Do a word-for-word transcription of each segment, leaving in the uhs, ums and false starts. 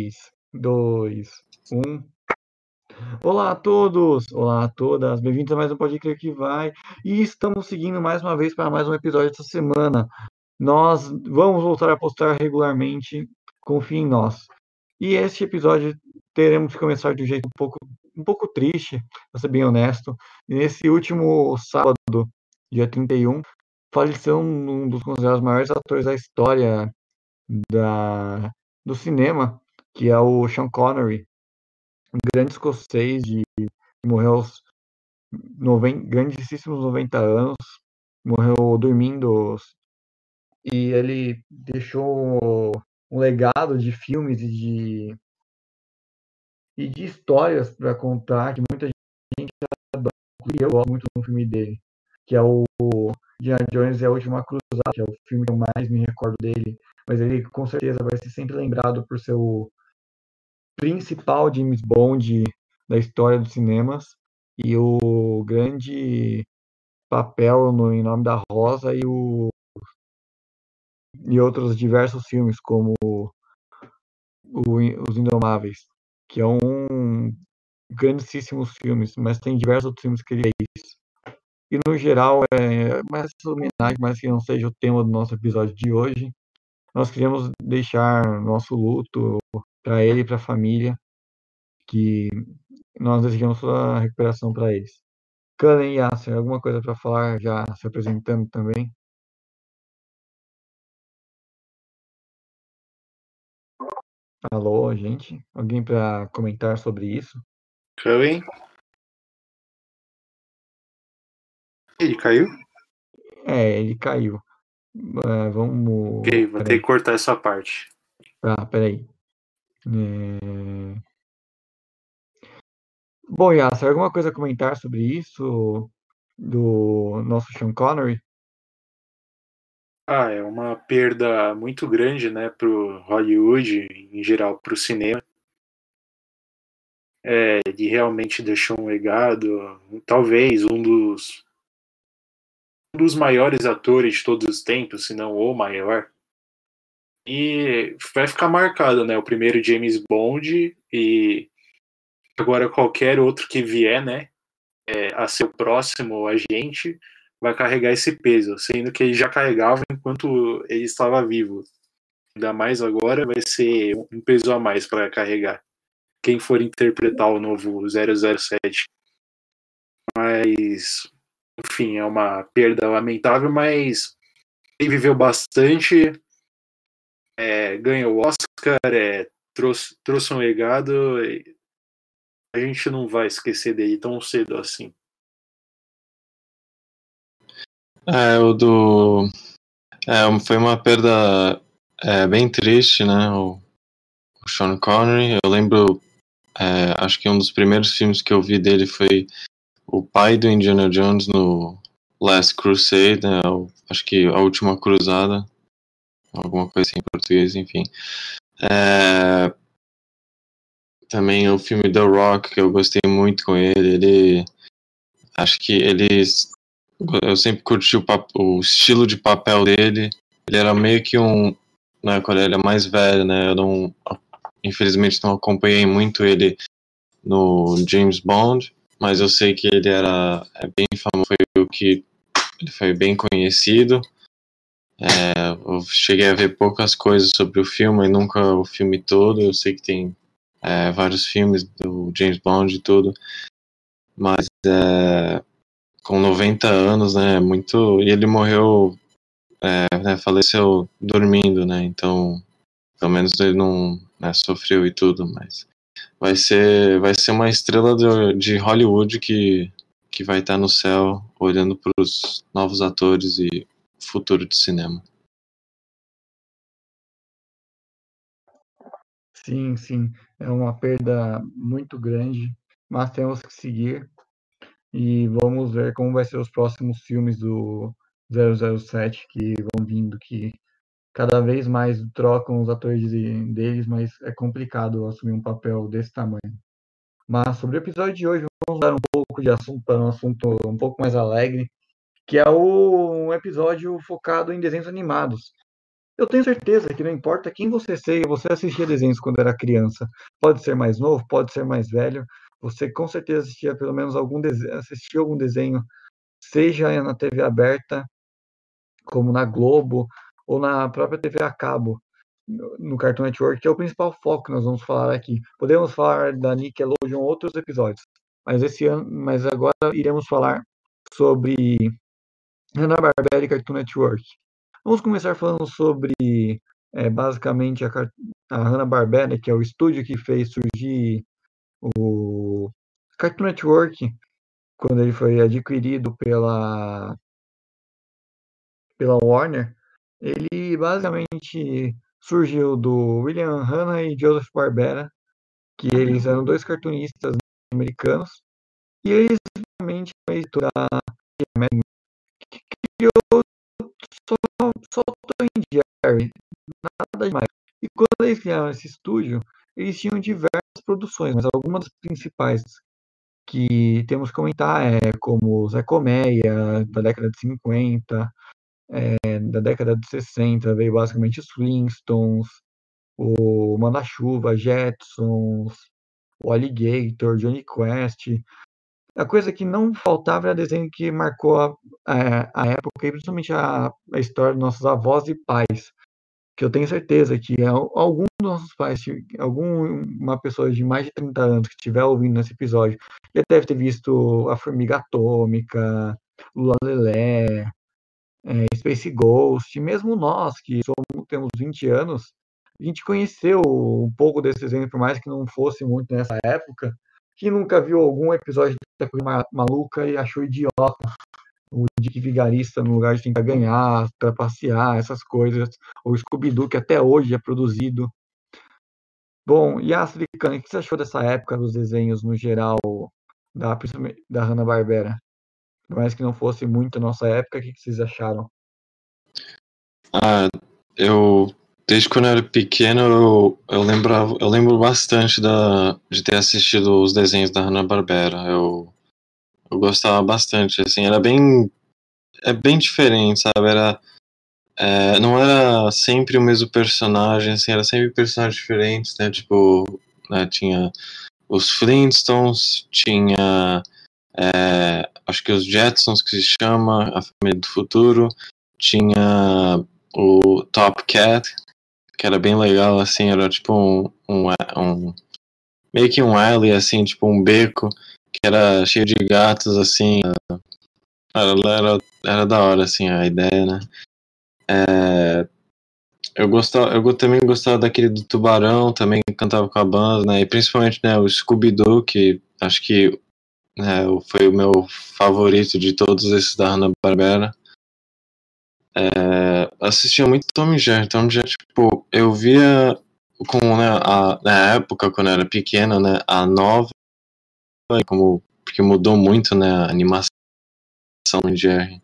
três, dois, um. Olá a todos! Olá a todas! Bem-vindos a mais um Pode Crer Que Vai. E estamos seguindo mais uma vez para mais um episódio essa semana. Nós vamos voltar a postar regularmente, confie em nós. E este episódio teremos que começar de um jeito um pouco, um pouco triste, para ser bem honesto. Nesse último sábado, dia trinta e um, faleceu um dos considerados maiores atores da história da, do cinema, que é o Sean Connery, um grande escocês de morreu aos noventa, grandíssimos noventa anos, morreu dormindo, e ele deixou um legado de filmes e de, e de histórias para contar que muita gente adora. Eu gosto muito do filme dele, que é o Indiana Jones e a Última Cruzada, que é o filme que eu mais me recordo dele, mas ele com certeza vai ser sempre lembrado por ser o principal James Bond da história dos cinemas e o grande papel no Em Nome da Rosa e, o, e outros diversos filmes, como o, Os Indomáveis, que é um grandíssimos filmes, mas tem diversos outros filmes que ele fez. E no geral, é mais homenagem, mas que não seja o tema do nosso episódio de hoje, nós queríamos deixar nosso luto para ele e para a família, que nós desejamos toda a recuperação para eles. Cullen e Yasser, alguma coisa para falar, já se apresentando também? Alô, gente? Alguém para comentar sobre isso? Cullen? Ele caiu? É, ele caiu. Uh, vamos. Ok, vou ter Peraí. que cortar essa parte. Ah, peraí. É... Bom, Yasser, alguma coisa a comentar sobre isso? Do nosso Sean Connery? Ah, é uma perda muito grande, né, pro Hollywood, em geral, pro cinema. É, ele realmente deixou um legado, talvez um dos, um dos maiores atores de todos os tempos, se não o maior. E vai ficar marcado, né, o primeiro James Bond e agora qualquer outro que vier, né, é, a ser o próximo agente, vai carregar esse peso, sendo que ele já carregava enquanto ele estava vivo. Ainda mais agora vai ser um peso a mais para carregar. Quem for interpretar o novo zero zero sete. Mas, enfim, é uma perda lamentável, mas ele viveu bastante, é, ganhou o Oscar, é, trouxe, trouxe um legado. A gente não vai esquecer dele tão cedo assim. É, o do. É, foi uma perda é, bem triste, né? O, o Sean Connery. Eu lembro, é, acho que um dos primeiros filmes que eu vi dele foi o pai do Indiana Jones no Last Crusade, né? O, acho que A Última Cruzada, alguma coisa assim em português, enfim. É, também o filme The Rock, que eu gostei muito com ele. Ele. Acho que ele. Eu sempre curti o, o estilo de papel dele. Ele era meio que um, né, quando ele era mais velho, né, eu não, infelizmente não acompanhei muito ele no James Bond, mas eu sei que ele era é, bem famoso, foi o que ele foi bem conhecido. É, eu cheguei a ver poucas coisas sobre o filme, e nunca o filme todo. Eu sei que tem é, vários filmes do James Bond e tudo, mas é, com noventa anos, né, muito, e ele morreu, é, né, faleceu dormindo, né, então pelo menos ele não, né, sofreu e tudo, mas vai ser, vai ser uma estrela de, de Hollywood que, que vai estar no céu olhando para os novos atores e futuro de cinema. Sim, sim. É uma perda muito grande, mas temos que seguir. E vamos ver como vai ser os próximos filmes do zero zero sete que vão vindo, que cada vez mais trocam os atores deles, mas é complicado assumir um papel desse tamanho. Mas sobre o episódio de hoje, vamos dar um pouco de assunto para um assunto um pouco mais alegre, que é o, um episódio focado em desenhos animados. Eu tenho certeza que não importa quem você seja, você assistia desenhos quando era criança. Pode ser mais novo, pode ser mais velho. Você com certeza assistia pelo menos algum desenho, assistia algum desenho, seja na T V aberta, como na Globo, ou na própria T V a cabo, no no Cartoon Network, que é o principal foco que nós vamos falar aqui. Podemos falar da Nickelodeon em outros episódios, mas esse ano, mas agora iremos falar sobre Hanna-Barbera e Cartoon Network. Vamos começar falando sobre, é, basicamente, a, a Hanna-Barbera, que é o estúdio que fez surgir o Cartoon Network, quando ele foi adquirido pela, pela Warner. Ele basicamente surgiu do William Hanna e Joseph Barbera, que eles eram dois cartunistas americanos, e eles realmente da que criou só, só Tom e Jerry, nada demais. E quando eles criaram esse estúdio, eles tinham diversas produções, mas algumas das principais que temos que comentar é como Zé Colmeia, da década de cinquenta, é, da década de sessenta, veio basicamente os Flintstones, o Manda-Chuva, Jetsons, o Alligator, Johnny Quest. A coisa que não faltava era desenho que marcou a, a, a época e principalmente a, a história dos nossos avós e pais. Que eu tenho certeza que algum dos nossos pais, alguma pessoa de mais de trinta anos que estiver ouvindo esse episódio, já deve ter visto a Formiga Atômica, Lula Lelé, é, Space Ghost, mesmo nós, que somos, temos vinte anos, a gente conheceu um pouco desse desenho, por mais que não fosse muito nessa época. Quem nunca viu algum episódio da Coisa Maluca e achou idiota o Dick Vigarista no lugar de tentar ganhar, trapacear, essas coisas, ou Scooby-Doo, que até hoje é produzido. Bom, e a Silicane, o que você achou dessa época dos desenhos no geral, da, da Hanna-Barbera? Por mais que não fosse muito a nossa época, o que vocês acharam? Ah, eu desde quando eu era pequeno eu, eu lembrava, eu lembro bastante da, de ter assistido os desenhos da Hanna-Barbera. Eu, eu gostava bastante, assim, era bem é bem diferente, sabe? Era é, não era sempre o mesmo personagem, assim, era sempre personagens diferentes, né? Tipo, né, tinha os Flintstones, tinha é, acho que os Jetsons, que se chama a família do futuro, tinha o Top Cat, que era bem legal, assim, era tipo um, um, um meio que um alley, assim, tipo um beco, que era cheio de gatos, assim, era, era, era da hora, assim, a ideia, né? É, eu, gostava, eu também gostava daquele do Tubarão, também cantava com a banda, né? E principalmente, né, o Scooby-Doo, que acho que né, foi o meu favorito de todos esses da Hanna-Barbera. É, assistia muito Tom e Jerry. Tom e Jerry, tipo, eu via com, né, a, na época, quando eu era pequena, né, a nova, como, porque mudou muito, né, a animação de Jerry.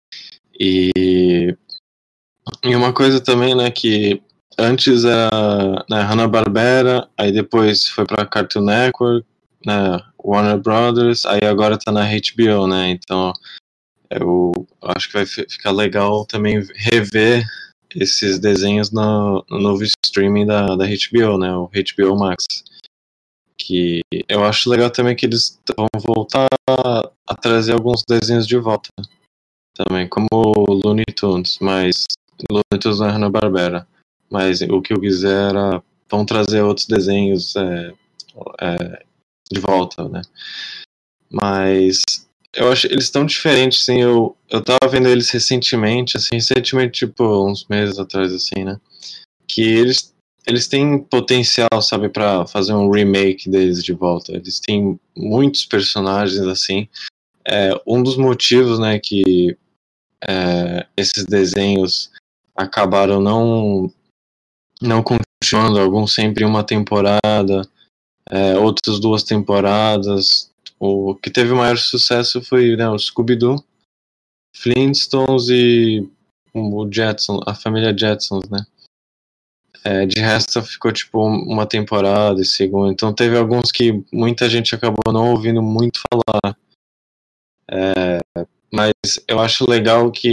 E, e uma coisa também, né, que antes era né, Hanna-Barbera, aí depois foi pra Cartoon Network, né, Warner Brothers, aí agora tá na H B O, né, então eu acho que vai ficar legal também rever esses desenhos no, no novo streaming da, da H B O, né, o H B O Max. Que eu acho legal também que eles vão voltar a, a trazer alguns desenhos de volta também, como o Looney Tunes, mas Looney Tunes na Hanna-Barbera. Mas o que eu quiser era, vão trazer outros desenhos é, é, de volta, né? Mas eu acho eles tão diferentes, assim, eu, eu tava vendo eles recentemente, assim, recentemente, tipo, uns meses atrás, assim, né? Que eles, eles têm potencial, sabe, pra fazer um remake deles de volta. Eles têm muitos personagens, assim. É, um dos motivos, né, que é, esses desenhos acabaram não, não continuando, alguns sempre uma temporada, é, outras duas temporadas. O que teve maior sucesso foi né, o Scooby-Doo, Flintstones e o Jetson, a família Jetsons, né? É, de resto ficou tipo uma temporada e segunda. Então teve alguns que muita gente acabou não ouvindo muito falar. É, mas eu acho legal que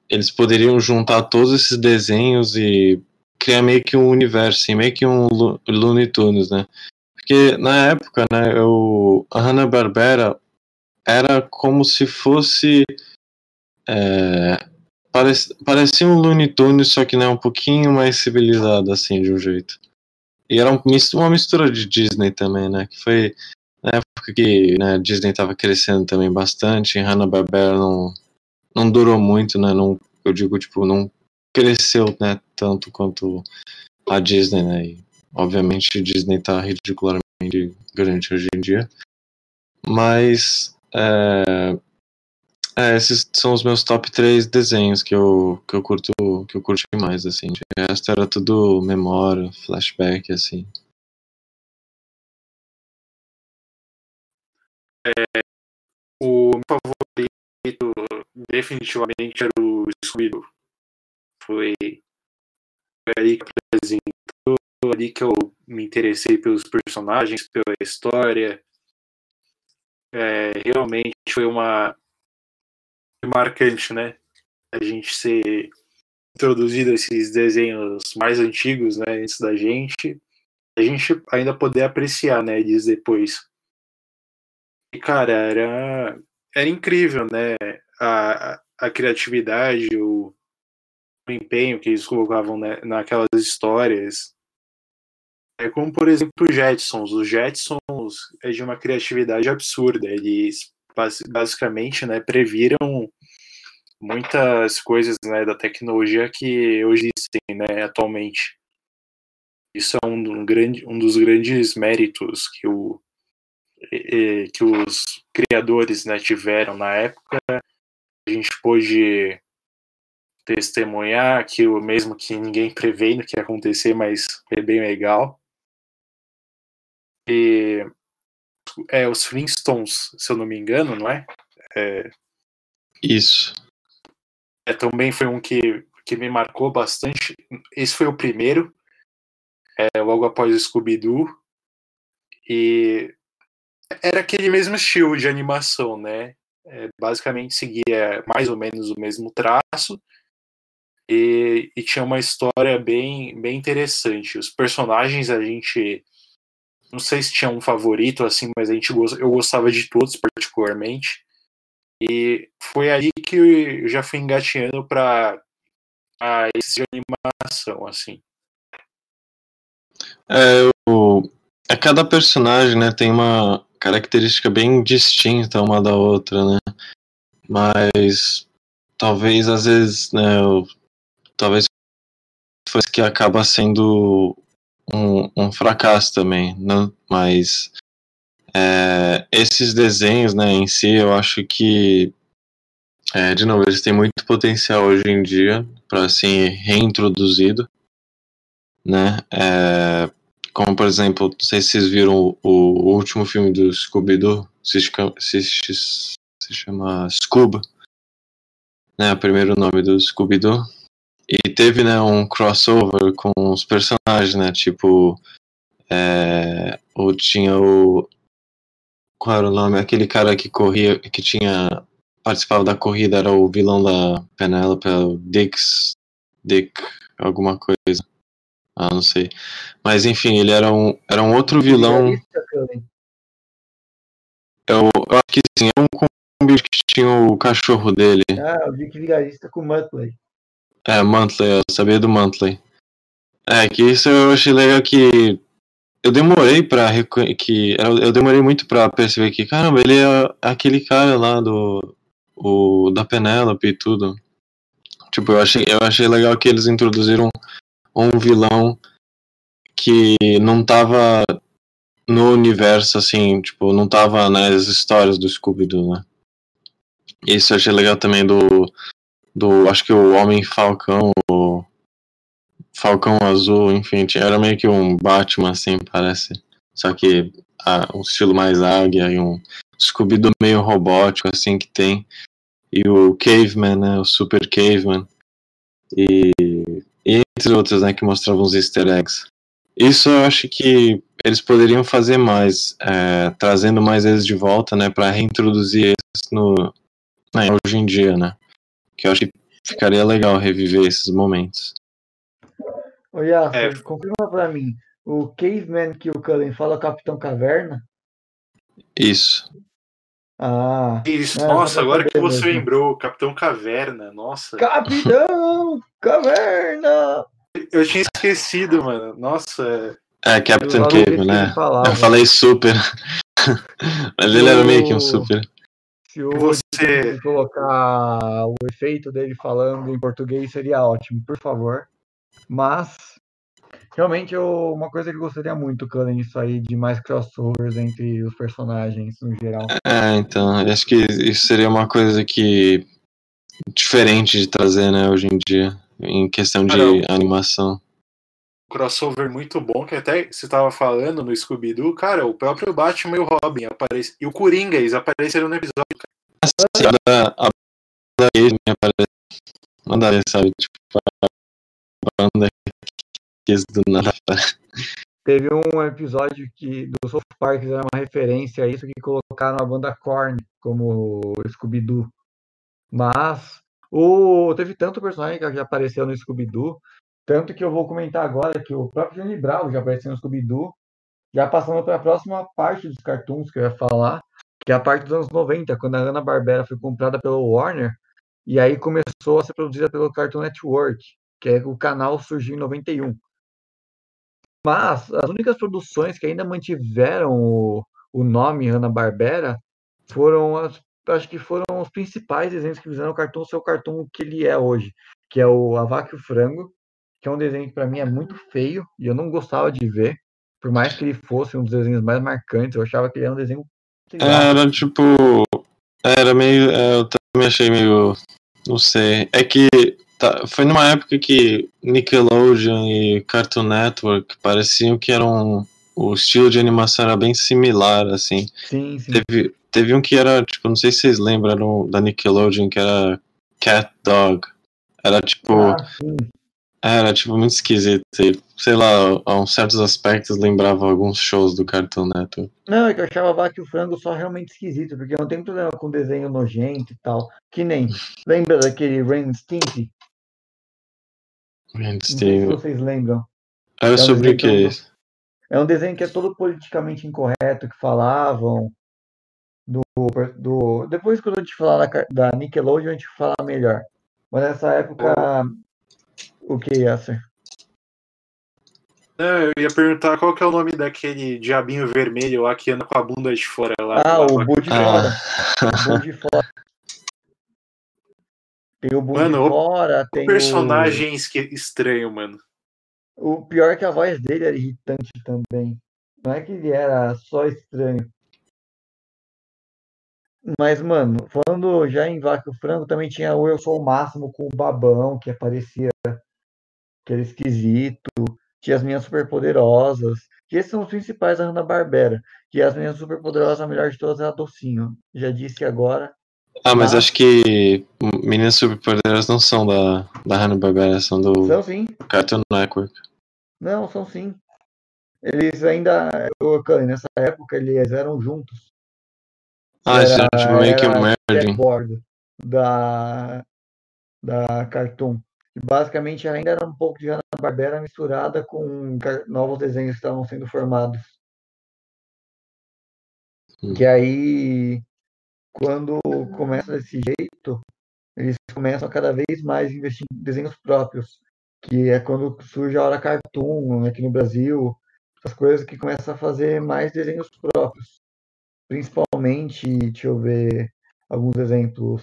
eles poderiam juntar todos esses desenhos e criar meio que um universo, assim, meio que um Lo- Looney Tunes, né? Porque na época, né, eu, a Hanna-Barbera era como se fosse é, parec- parecia um Looney Tunes, só que né, um pouquinho mais civilizado, assim, de um jeito. E era um mis- uma mistura de Disney também, né? Que foi na época que né, Disney estava crescendo também bastante, e Hanna-Barbera não, não durou muito, né? Não, eu digo, tipo, não cresceu, né, tanto quanto a Disney, né? E, obviamente, a Disney tá ridicularmente grande hoje em dia. Mas, é, é, esses são os meus top três desenhos que eu, que eu curto, que eu curti mais, assim. De resto era tudo memória, flashback, assim. O meu favorito definitivamente era o Scooby-Doo. Foi aí que apresentou, ali que eu me interessei pelos personagens, pela história. É, realmente foi uma marcante, né? A gente ser introduzido a esses desenhos mais antigos, né? Antes da gente, a gente ainda poder apreciar, né? Eles depois. E cara, era era incrível, né? A, a, a criatividade, o, o empenho que eles colocavam, né, naquelas histórias. É como, por exemplo, os Jetsons. Os Jetsons é de uma criatividade absurda. Eles basicamente, né, previram muitas coisas, né, da tecnologia que hoje existem, né, atualmente. Isso é um, um, grande, um dos grandes méritos que, o, que os criadores, né, tiveram na época. A gente pôde testemunhar aquilo mesmo que ninguém prevendo que ia acontecer, mas é bem legal. E é, os Flintstones, se eu não me engano, não é? é Isso. É, também foi um que, que me marcou bastante. Esse foi o primeiro, é, logo após o Scooby-Doo. E era aquele mesmo estilo de animação, né? É, basicamente seguia mais ou menos o mesmo traço. E, e tinha uma história bem, bem interessante. Os personagens a gente... Não sei se tinha um favorito, assim, mas a gente, eu gostava de todos particularmente. E foi aí que eu já fui engatinhando para esse de animação, assim. É, o, é, cada personagem, né, tem uma característica bem distinta uma da outra, né? Mas talvez às vezes, né, eu, talvez foi que acaba sendo um, um fracasso também, né? Mas é, esses desenhos, né, em si, eu acho que é, de novo, eles têm muito potencial hoje em dia para ser reintroduzido, né? É, como, por exemplo, não sei se vocês viram o, o último filme do Scooby-Doo, se, se, se chama Scoob, né? O primeiro nome do Scooby-Doo. E teve, né, um crossover com os personagens, né? Tipo, é, ou tinha o... Qual era o nome? Aquele cara que corria, que tinha... participava da corrida, era o vilão da Penélope, o Dix... Dick... alguma coisa. Ah, não sei. Mas enfim, ele era um, era um outro vilão. Eu, eu acho que sim, é um combi que tinha o cachorro dele. Ah, o Dick Vigarista com o Muttley. É, Muttley, eu sabia do Muttley. É, que isso eu achei legal que eu demorei pra que eu demorei muito pra perceber que, caramba, ele é aquele cara lá do o, da Penélope e tudo. Tipo, eu achei, eu achei legal que eles introduziram um vilão que não tava no universo, assim, tipo, não tava nas histórias do Scooby-Doo, né? Isso eu achei legal também do, do acho que o Homem-Falcão, o Falcão Azul, enfim, era meio que um Batman, assim, parece. Só que ah, um estilo mais águia e um Scooby-Doo meio robótico, assim, que tem. E o Caveman, né, o Super Caveman. E, e entre outros, né, que mostravam os easter eggs. Isso eu acho que eles poderiam fazer mais, é, trazendo mais eles de volta, né, para reintroduzir eles no, né, hoje em dia, né, que eu acho que ficaria legal reviver esses momentos. Ô, Yasser, É. confirma pra mim. O Caveman que o Cullen fala é o Capitão Caverna? Isso. Ah, Isso, não, é só nossa, pra agora que saber você mesmo. lembrou, Capitão Caverna, nossa. Capitão Caverna! Eu tinha esquecido, mano. Nossa. É, Captain Logo o jeito Cave, que né? ele falava. Eu falei super. Mas Se ele era meio que um o- super. Se o Você. Odin colocar o efeito dele falando em português seria ótimo, por favor. Mas, realmente, eu, uma coisa que eu gostaria muito, Cullen, isso aí de mais crossovers entre os personagens no geral. É, então, acho que isso seria uma coisa que diferente de trazer, né, hoje em dia, em questão de Cara, animação. Crossover muito bom, que até você tava falando no Scooby-Doo, cara, o próprio Batman e o Robin aparecem. E o Coringa, eles apareceram no episódio. Assim, a, a banda me aparece, nada a ver, sabe, tipo, a banda que do nada. Teve um episódio que do South Park que era uma referência a isso, que colocaram a banda Korn como Scooby-Doo. Mas o, teve tanto personagem que já apareceu no Scooby-Doo, tanto que eu vou comentar agora que o próprio Johnny Bravo já apareceu no Scooby-Doo, já passando para a próxima parte dos cartoons que eu ia falar, que é a parte dos anos noventa, quando a Hanna-Barbera foi comprada pela Warner, e aí começou a ser produzida pelo Cartoon Network, que é o canal surgiu em noventa e um. Mas as únicas produções que ainda mantiveram o, o nome Hanna-Barbera foram as, acho que foram os principais desenhos que fizeram o cartoon ser o cartoon que ele é hoje, que é o A Vaca e o Frango, que é um desenho que para mim é muito feio e eu não gostava de ver, por mais que ele fosse um dos desenhos mais marcantes, eu achava que ele era um desenho, sei lá. Era tipo, era meio, é, eu também achei meio, não sei, é que tá, foi numa época que Nickelodeon e Cartoon Network pareciam que eram, o estilo de animação era bem similar, assim. Sim, sim. Teve, teve um que era, tipo, não sei se vocês lembram, era um da Nickelodeon, que era Cat Dog. Era tipo, Ah, sim. era tipo muito esquisito. E, sei lá, a uns certos aspectos lembrava alguns shows do Cartoon Network. Não, é que eu achava a Vaca e o Frango só realmente esquisito, porque eu não tenho problema com desenho nojento e tal. Que nem, lembra daquele Ren and Stimpy? Não sei se vocês lembram. Era É um sobre o desenho que? todo, é um desenho que é todo politicamente incorreto, que falavam do, do depois quando eu te falar da, da Nickelodeon, a gente fala melhor. Mas nessa época, o que, Yasser? Não, eu ia perguntar qual que é o nome daquele diabinho vermelho lá que anda com a bunda de fora lá. Ah, lá, o lá. Bu de Fora. O Bu de Fora. Tem o Bu de Mano, Fora, o tem o... personagem esque- estranho, mano. O pior é que a voz dele era irritante também. Não é que ele era só estranho. Mas, mano, falando já em Vaca e o Frango, também tinha o Eu Sou o Máximo com o Babão, que aparecia, que era esquisito. Tinha as Meninas Superpoderosas. Que esses são os principais da Hanna-Barbera. Que as Meninas Superpoderosas, a melhor de todas, é a Docinho. Já disse agora. Ah, mas Mas acho que Meninas Superpoderosas não são da, da Hanna-Barbera, são do são sim. Cartoon Network. Não, são sim. Eles ainda, ô, Cândido, nessa época, eles eram juntos. Ah, eles Era, fizeram tipo meio que um era merging. Jackboard da, da Cartoon. E basicamente ainda era um pouco de Hanna-Barbera misturada com car- novos desenhos que estavam sendo formados. Hum. Que aí, quando começa desse jeito, eles começam a cada vez mais investir em desenhos próprios. Que é quando surge a Hora Cartoon aqui no Brasil, as coisas que começam a fazer mais desenhos próprios. Principalmente, deixa eu ver alguns exemplos.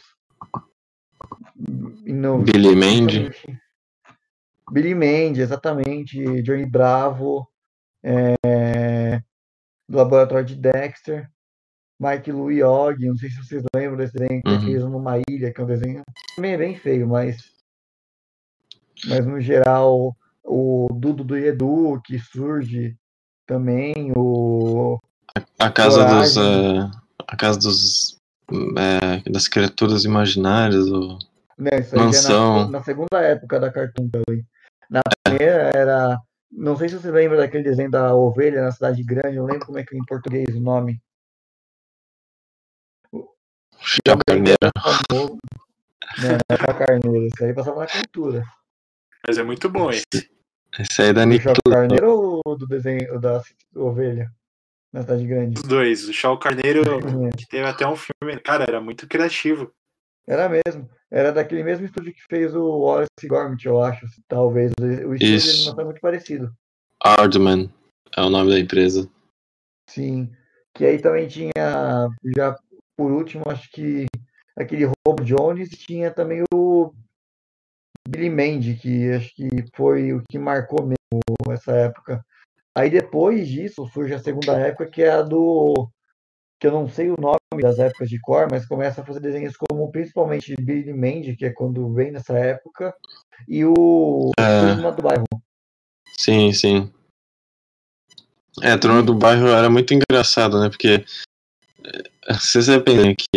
No, Billy Mandy. principalmente Billy Mandy, exatamente, Johnny Bravo, é, do Laboratório de Dexter, Mike Lou e Og, não sei se vocês lembram desse desenho, que é Uhum. aqueles numa ilha, que é um desenho também é bem feio, mas, mas no geral, o Dudu do Edu, que surge também, o A casa dos. Coragem, Uh, a casa dos. É, das criaturas imaginárias, o né, isso aí já é na, Mansão. na segunda época da Cartoon também. Na primeira era, não sei se você lembra daquele desenho da ovelha na cidade grande, eu não lembro como é que é em português o nome. Que Chá também Carneiro. era famoso. Não, não é o Carneiro. Isso aí passava na cultura. Mas é muito bom esse. Esse aí é da Do Chau Nickelodeon. Carneiro ou do desenho da ovelha? Na cidade grande. Os dois. O Shaw Carneiro, que teve até um filme. Cara, era muito criativo. Era mesmo. Era daquele mesmo estúdio que fez o Wallace e Gromit, eu acho. Talvez. O estilo de Isso. animação é muito parecido. Aardman é o nome da empresa. Sim. Que aí também tinha, já por último, acho que aquele Rob Jones, e tinha também o Billy Mandy, que acho que foi o que marcou mesmo essa época. Aí depois disso surge a segunda época, que é a do, que eu não sei o nome das épocas de cor, mas começa a fazer desenhos como principalmente Billy Mandy, que é quando vem nessa época, e o É, Turma do Bairro. sim, sim. É, a Turma do Bairro era muito engraçado, né? Porque é, se você pensa que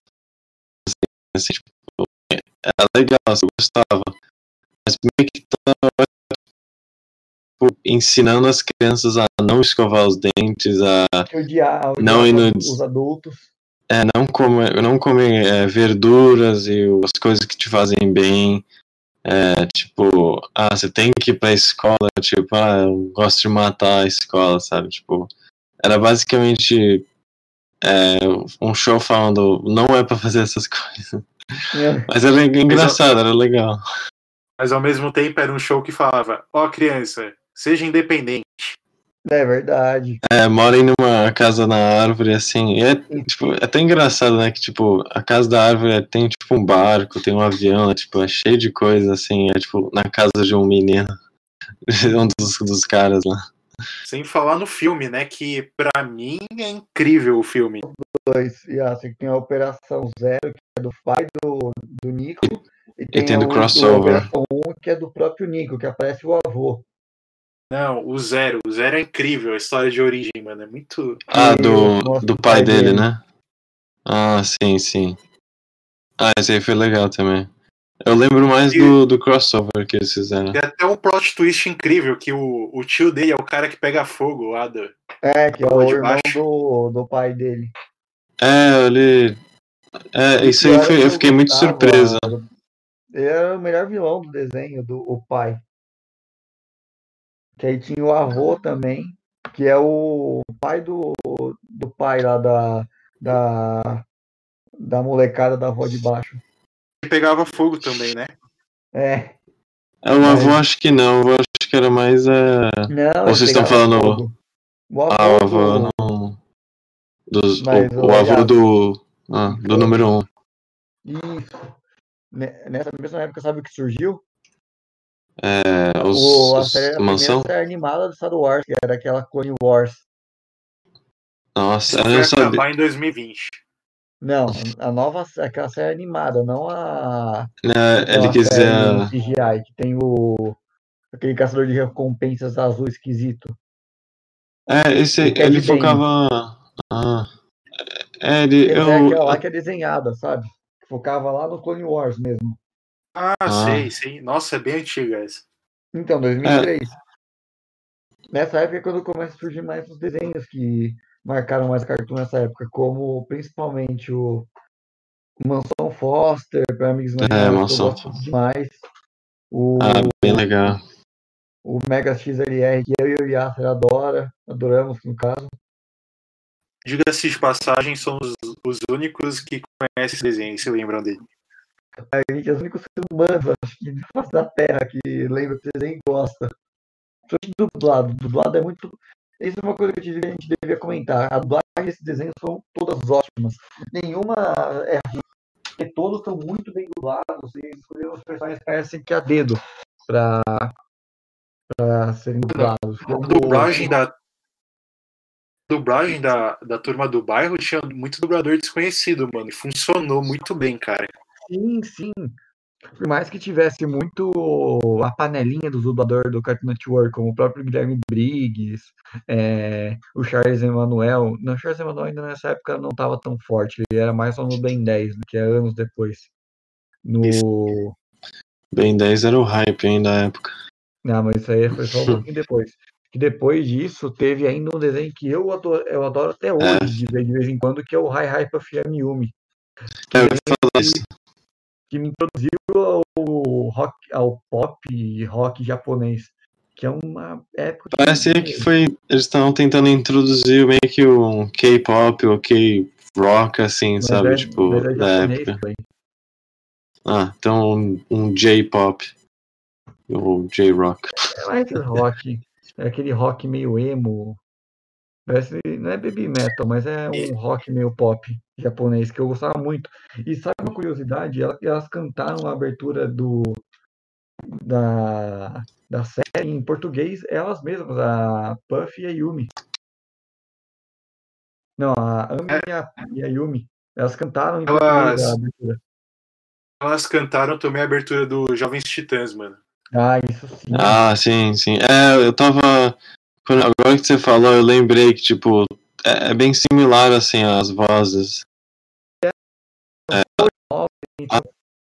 assim, tipo, era legal, você gostava, mas meio que tava tipo, ensinando as crianças a não escovar os dentes, a Que odiar, não odiar ir no, os adultos. é, não comer, não comer é, verduras e as coisas que te fazem bem. É, tipo, ah, você tem que ir pra escola, tipo, ah, eu gosto de matar a escola, sabe? Tipo, era basicamente é, um show falando, não é pra fazer essas coisas. Mas era engraçado, era legal. Mas ao mesmo tempo era um show que falava, ó, criança, seja independente. É verdade. É, morem numa casa na árvore, assim, e é, tipo, é até engraçado, né, que, tipo, a casa da árvore tem, tipo, um barco, tem um avião, é, tipo, é cheio de coisa, assim, é, tipo, na casa de um menino, um dos, dos caras lá. Sem falar no filme, né, que pra mim é incrível o filme. Dois, e assim, tem a Operação Zero, que é do pai do, do Nico, e, e tem, tem a, do o, crossover. a Operação um, que é do próprio Nico, que aparece o avô. Não, o Zero, o Zero é incrível, a história de origem, mano, é muito... Ah, do, Mostra do o pai pai dele, dele. né? Ah, sim, sim. Ah, esse aí foi legal também. Eu lembro mais E do, do crossover que eles fizeram. tem até um plot twist incrível, que o, o tio dele é o cara que pega fogo lá do, É, que é lá o de irmão baixo. do, do pai dele. É, ele. É, E o isso aí pior é foi, que eu eu fiquei muito surpreso. gostava. Ele era o melhor vilão do desenho, do o pai. Que aí tinha o avô também, que é o pai do, do pai lá da, da, da molecada da avó de baixo. Ele pegava fogo também, né? É, É, o mas avô acho que não, o avô acho que era mais. É... não, Ou ele vocês estão pegava falando. fogo. O Ah, o avô avô do. não. Dos, Mas, o, o ô, avô Yas, do. Ah, do oi. número um. Isso. Ne- Nessa mesma época, sabe o que surgiu? É, os, O, a, os série, a da primeira mansão? série animada do Star Wars, que era aquela Clone Wars. Nossa, Isso eu foi não sabia. acabar em dois mil e vinte. Não, a nova, aquela série animada, não a É, ele aquela série em quiser. C G I, que tem o aquele caçador de recompensas azul esquisito. É, esse, O Cad ele Bane. focava. Ah, é, ele. É Eu. aquela lá que é desenhada, sabe? Focava lá no Clone Wars mesmo. Ah, Ah, sei, sei. Nossa, é bem antiga essa. Então, é, dois mil e três. Nessa época é quando começa a surgir mais os desenhos que marcaram mais cartoon nessa época, como principalmente o Mansão Foster, para Amigos é, Imaginados, que eu mansão. gosto demais. O, Ah, bem legal. o Mega X L R, que eu e o Yasser adora, adoramos, no caso. Diga-se de passagem, somos os únicos que conhecem esse desenho, se lembram dele. A gente é os únicos seres humanos, acho que, na face da Terra, que lembra do desenho e gosta. Principalmente dublado. Dublado é muito. Isso é uma coisa que a gente devia comentar. A dublagem desses desenhos são todas ótimas. Nenhuma é ruim, porque todos são muito bem dublados e escolheram os personagens parecem que a dedo para serem dublados. A Como dublagem da dublagem da, da Turma do Bairro tinha muito dublador desconhecido, mano. E funcionou muito bem, cara. sim, sim. Por mais que tivesse muito a panelinha do dublador do Cartoon Network, como o próprio Guilherme Briggs, é, o Charles Emanuel. Não, o Charles Emanuel ainda nessa época não estava tão forte, ele era mais só no Ben dez, que é anos depois. No. Ben dez era o hype ainda da época. Não, mas isso aí foi só um pouquinho depois. Que depois disso teve ainda um desenho que eu adoro, eu adoro até hoje, É. de ver de vez em quando, que é o Hi Hi Puffy Yumi. É, eu ia falar isso. que me introduziu ao rock, ao pop e rock japonês, que é uma época que, Parece que foi. Eles estavam tentando introduzir meio que um K-pop ou K-rock, assim, mas sabe? é, Tipo, mas é da japonês época. também. Ah, então um, um J-pop. Ou J-rock. É mais rock, é aquele rock meio emo. Parece, não é baby metal, mas é um rock meio pop japonês que eu gostava muito. E sabe uma curiosidade? Elas, elas cantaram a abertura do, da, da série em português, elas mesmas, a Puff e a Yumi. Não, a Ami É, e a, e a Yumi. Elas cantaram em português a elas, abertura. elas cantaram também a abertura do Jovens Titãs, mano. Ah, isso sim. Ah, sim, sim. É, eu tava. quando- Agora que você falou, eu lembrei que, tipo, é, é bem similar, assim, as vozes. Então,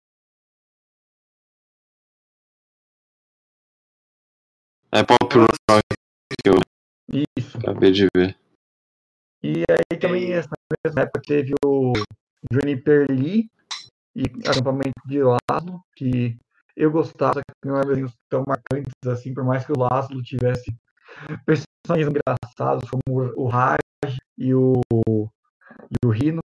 É pop rock que eu isso. acabei de ver. E aí também, nessa mesma época, teve o Juniper Lee e Acampamento de Laszlo, que eu gostava, só que não eram desenhos tão marcantes assim, por mais que o Laszlo tivesse personagens engraçados, como o Raj e o, e o Rino.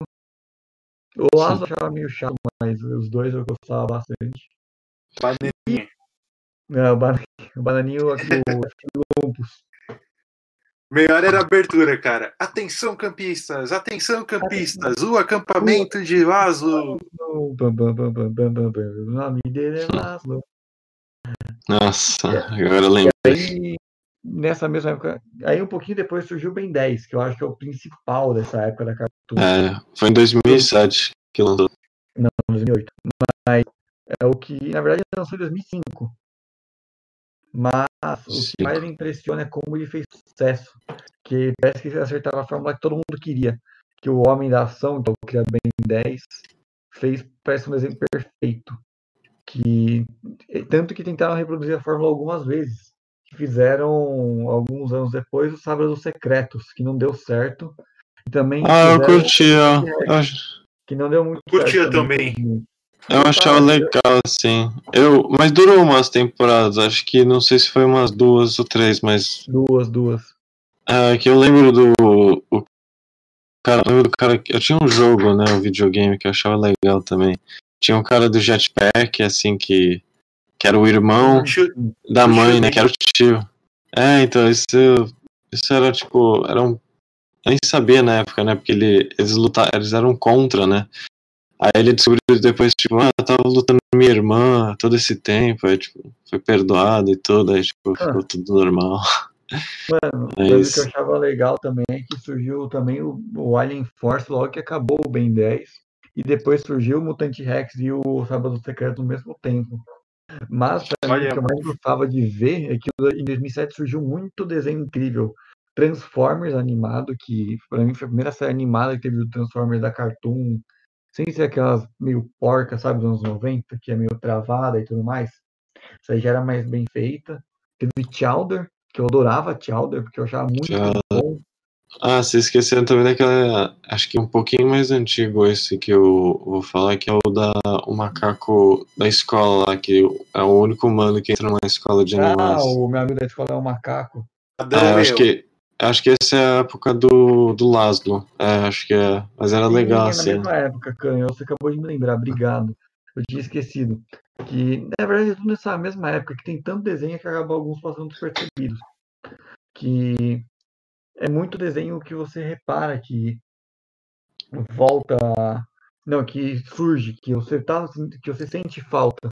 O Laszlo eu achava meio chato, mas os dois eu gostava bastante. Bananinha. Não, o, Ban- o Bananinho, o Lumpus. Melhor era a abertura, cara. Atenção, campistas! Atenção, campistas! O acampamento de Laszlo! Bam, bam, bam, bam, bam, bam, bam. O nome dele é Laszlo. Nossa, É. agora eu lembrei. Aí, nessa mesma época, aí um pouquinho depois surgiu o Ben dez, que eu acho que é o principal dessa época da Cartoon. É, foi em dois mil e sete que lançou. Não, dois mil e oito. Mas é o que, na verdade, lançou em dois mil e cinco. Mas o que Cinco. mais me impressiona é como ele fez sucesso. Que parece que ele acertava a fórmula que todo mundo queria. Que o Homem da Ação, que é o que é Ben dez, fez, parece um desenho perfeito. Que, tanto que tentaram reproduzir a fórmula algumas vezes. Que fizeram, alguns anos depois, o Sábados Secretos, que não deu certo. E também Ah, eu fizeram curti, ó. Eu, ach- que não deu muito Eu certo curtia também. também. eu achava legal, assim. Eu, mas durou umas temporadas, acho que não sei se foi umas duas ou três, mas. Duas, duas. É, que eu lembro do. O cara, eu lembro do cara. que- Eu tinha um jogo, né? Um videogame que eu achava legal também. Tinha um cara do Jetpack, assim, que. Que era o irmão Tio- da o mãe, tio né? Que era o tio. É, então, isso. Isso era tipo. Era um. Eu nem sabia na época, né? Porque ele, eles lutaram, eles eram contra, né? Aí ele descobriu depois, tipo, ah, eu tava lutando com minha irmã todo esse tempo, aí, tipo, foi perdoado e tudo, aí, tipo, Ah, ficou tudo normal. mano, É mas o que eu isso. achava legal também é que surgiu também o, o Alien Force logo que acabou o Ben dez. E depois surgiu o Mutante Rex e o Sábado Secreto ao mesmo tempo. Mas, pra mim, o Olha, que eu mais gostava de ver é que em dois mil e sete surgiu muito desenho incrível. Transformers animado, que pra mim foi a primeira série animada que teve o Transformers da Cartoon, sem ser aquelas meio porcas, sabe, dos anos noventa, que é meio travada e tudo mais. Isso aí já era mais bem feita. Teve Chowder, que eu adorava Chowder, porque eu achava muito Já... bom. Ah, vocês esqueceram também daquela. Acho que um pouquinho mais antigo esse que eu vou falar, que é o da o macaco da escola lá, que é o único humano que entra numa escola de Ah, animais. o meu amigo da escola é um macaco. É, Adão eu acho eu. que. Acho que essa é a época do, do Laszlo. É, acho que é. Mas era legal, Sim, é na assim. mesma época, Canhão. Você acabou de me lembrar, obrigado. Eu tinha esquecido. Que, na verdade, é tudo nessa mesma época, que tem tanto desenho que acaba alguns passando despercebidos. Que é muito desenho que você repara que volta. Não, que surge, que você tá, que você sente falta.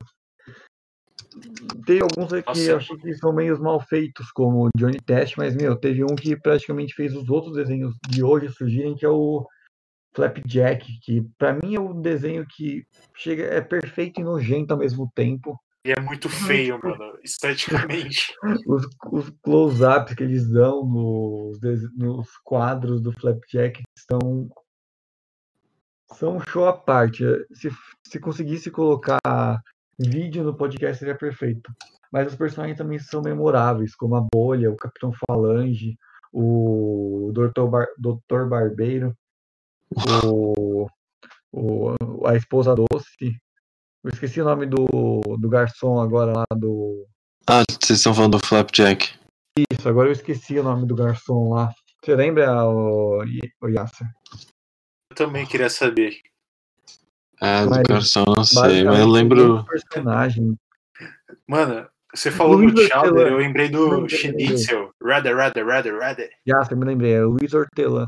Tem alguns aí que Nossa, eu achei que são meio mal feitos, como o Johnny Test, mas, meu, teve um que praticamente fez os outros desenhos de hoje surgirem, que é o Flapjack, que pra mim é um desenho que chega, é perfeito e nojento ao mesmo tempo. e é muito Principalmente feio, mano, esteticamente. os, os close-ups que eles dão nos, des- nos quadros do Flapjack são, são um show à parte. Se, se conseguisse colocar vídeo no podcast seria perfeito. Mas os personagens também são memoráveis, como a Bolha, o Capitão Falange, o doutor Bar, doutor Barbeiro, o, o, a esposa doce. Eu esqueci o nome do, do garçom agora lá do. Ah, vocês estão falando do Flapjack. Isso, agora eu esqueci o nome do garçom lá. Você lembra, o, o Yasser? Eu também queria saber. Ah, do Mas, garçom, não sei, mas eu basicamente, tem lembro. um personagem. Mano, você falou Luiz no Chowder, Hortelã. eu lembrei Me do lembrei, me lembrei. Schnitzel. Rather, rather, rather, rather. Yasser, me lembrei. É o Luiz Hortelã.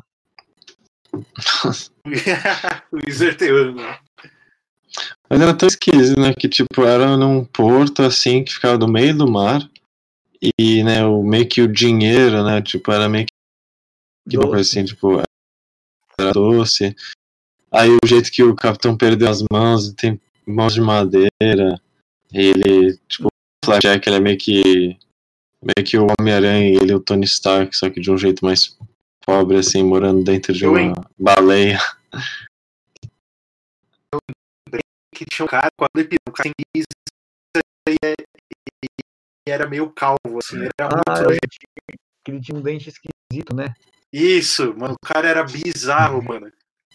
Luiz Hortelã. Mas era tão esquisito, né? Que tipo, era num porto assim que ficava no meio do mar. E, né, o, meio que o dinheiro, né? Tipo, era meio que uma coisa Doce. assim, tipo, era doce. Aí o jeito que o capitão perdeu as mãos, e tem mãos de madeira. E ele, tipo, o Flapjack, ele é meio que. Meio que o Homem-Aranha e ele o Tony Stark, só que de um jeito mais pobre, assim, morando dentro de Eu, uma hein? baleia. Que tinha um cara, quando ele um cara sem guisa, e e era meio calvo, assim, era Ah, muito eu nojento. tinha- que ele tinha um dente esquisito, né? Isso, mano, o cara era bizarro, mano.